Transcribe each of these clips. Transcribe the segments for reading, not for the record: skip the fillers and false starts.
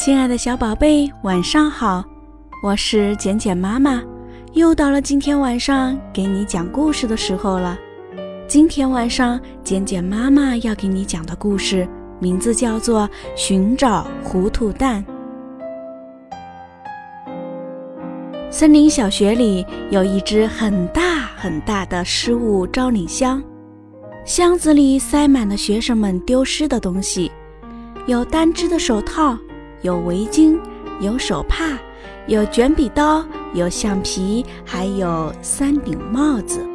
亲爱的小宝贝，晚上好，我是简简妈妈，又到了今天晚上给你讲故事的时候了。今天晚上简简妈妈要给你讲的故事名字叫做《寻找糊涂蛋》。森林小学里有一只很大很大的失物招领箱，箱子里塞满了学生们丢失的东西，有单只的手套，有围巾，有手帕，有卷笔刀，有橡皮，还有3顶帽子。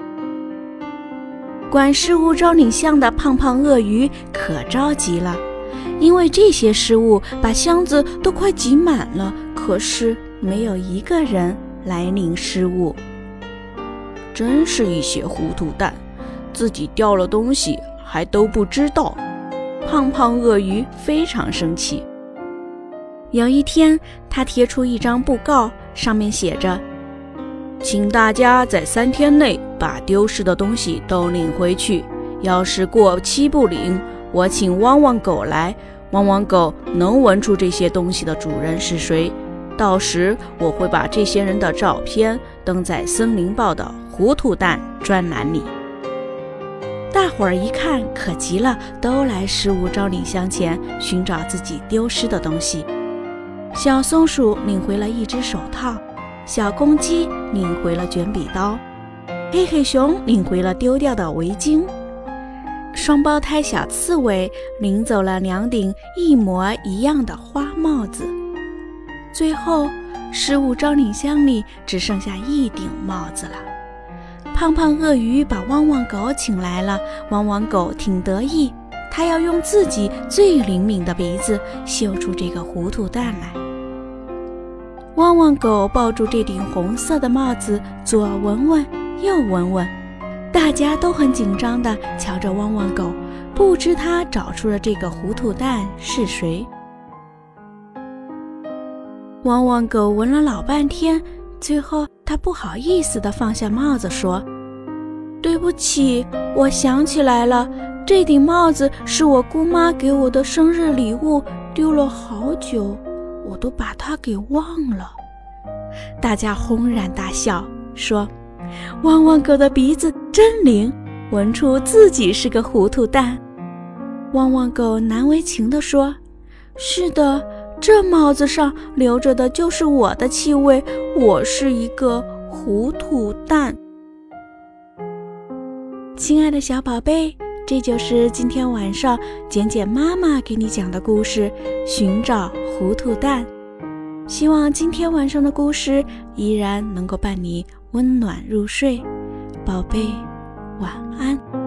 管失物招领箱的胖胖鳄鱼可着急了，因为这些失物把箱子都快挤满了，可是没有一个人来领失物。真是一些糊涂蛋，自己掉了东西还都不知道。胖胖鳄鱼非常生气。有一天，他贴出一张布告，上面写着：请大家在3天内把丢失的东西都领回去，要是过期不领，我请汪汪狗来，汪汪狗能闻出这些东西的主人是谁，到时我会把这些人的照片登在森林报的糊涂蛋专栏里。大伙儿一看可急了，都来失物招领箱前寻找自己丢失的东西。小松鼠领回了一只手套，小公鸡领回了卷笔刀，黑黑熊领回了丢掉的围巾，双胞胎小刺猬领走了2顶一模一样的花帽子。最后，失物招领箱里只剩下1顶帽子了。胖胖鳄鱼把汪汪狗请来了，汪汪狗挺得意，它要用自己最灵敏的鼻子嗅出这个糊涂蛋来。汪汪狗抱住这顶红色的帽子，左闻闻右闻闻，大家都很紧张地瞧着汪汪狗，不知他找出了这个糊涂蛋是谁。汪汪狗闻了老半天，最后他不好意思地放下帽子说：对不起，我想起来了，这顶帽子是我姑妈给我的生日礼物，丢了好久，我都把它给忘了。大家轰然大笑，说：汪汪狗的鼻子真灵，闻出自己是个糊涂蛋。汪汪狗难为情地说：是的，这帽子上留着的就是我的气味，我是一个糊涂蛋。亲爱的小宝贝，这就是今天晚上简简妈妈给你讲的故事《寻找糊涂蛋》。希望今天晚上的故事依然能够伴你温暖入睡，宝贝，晚安。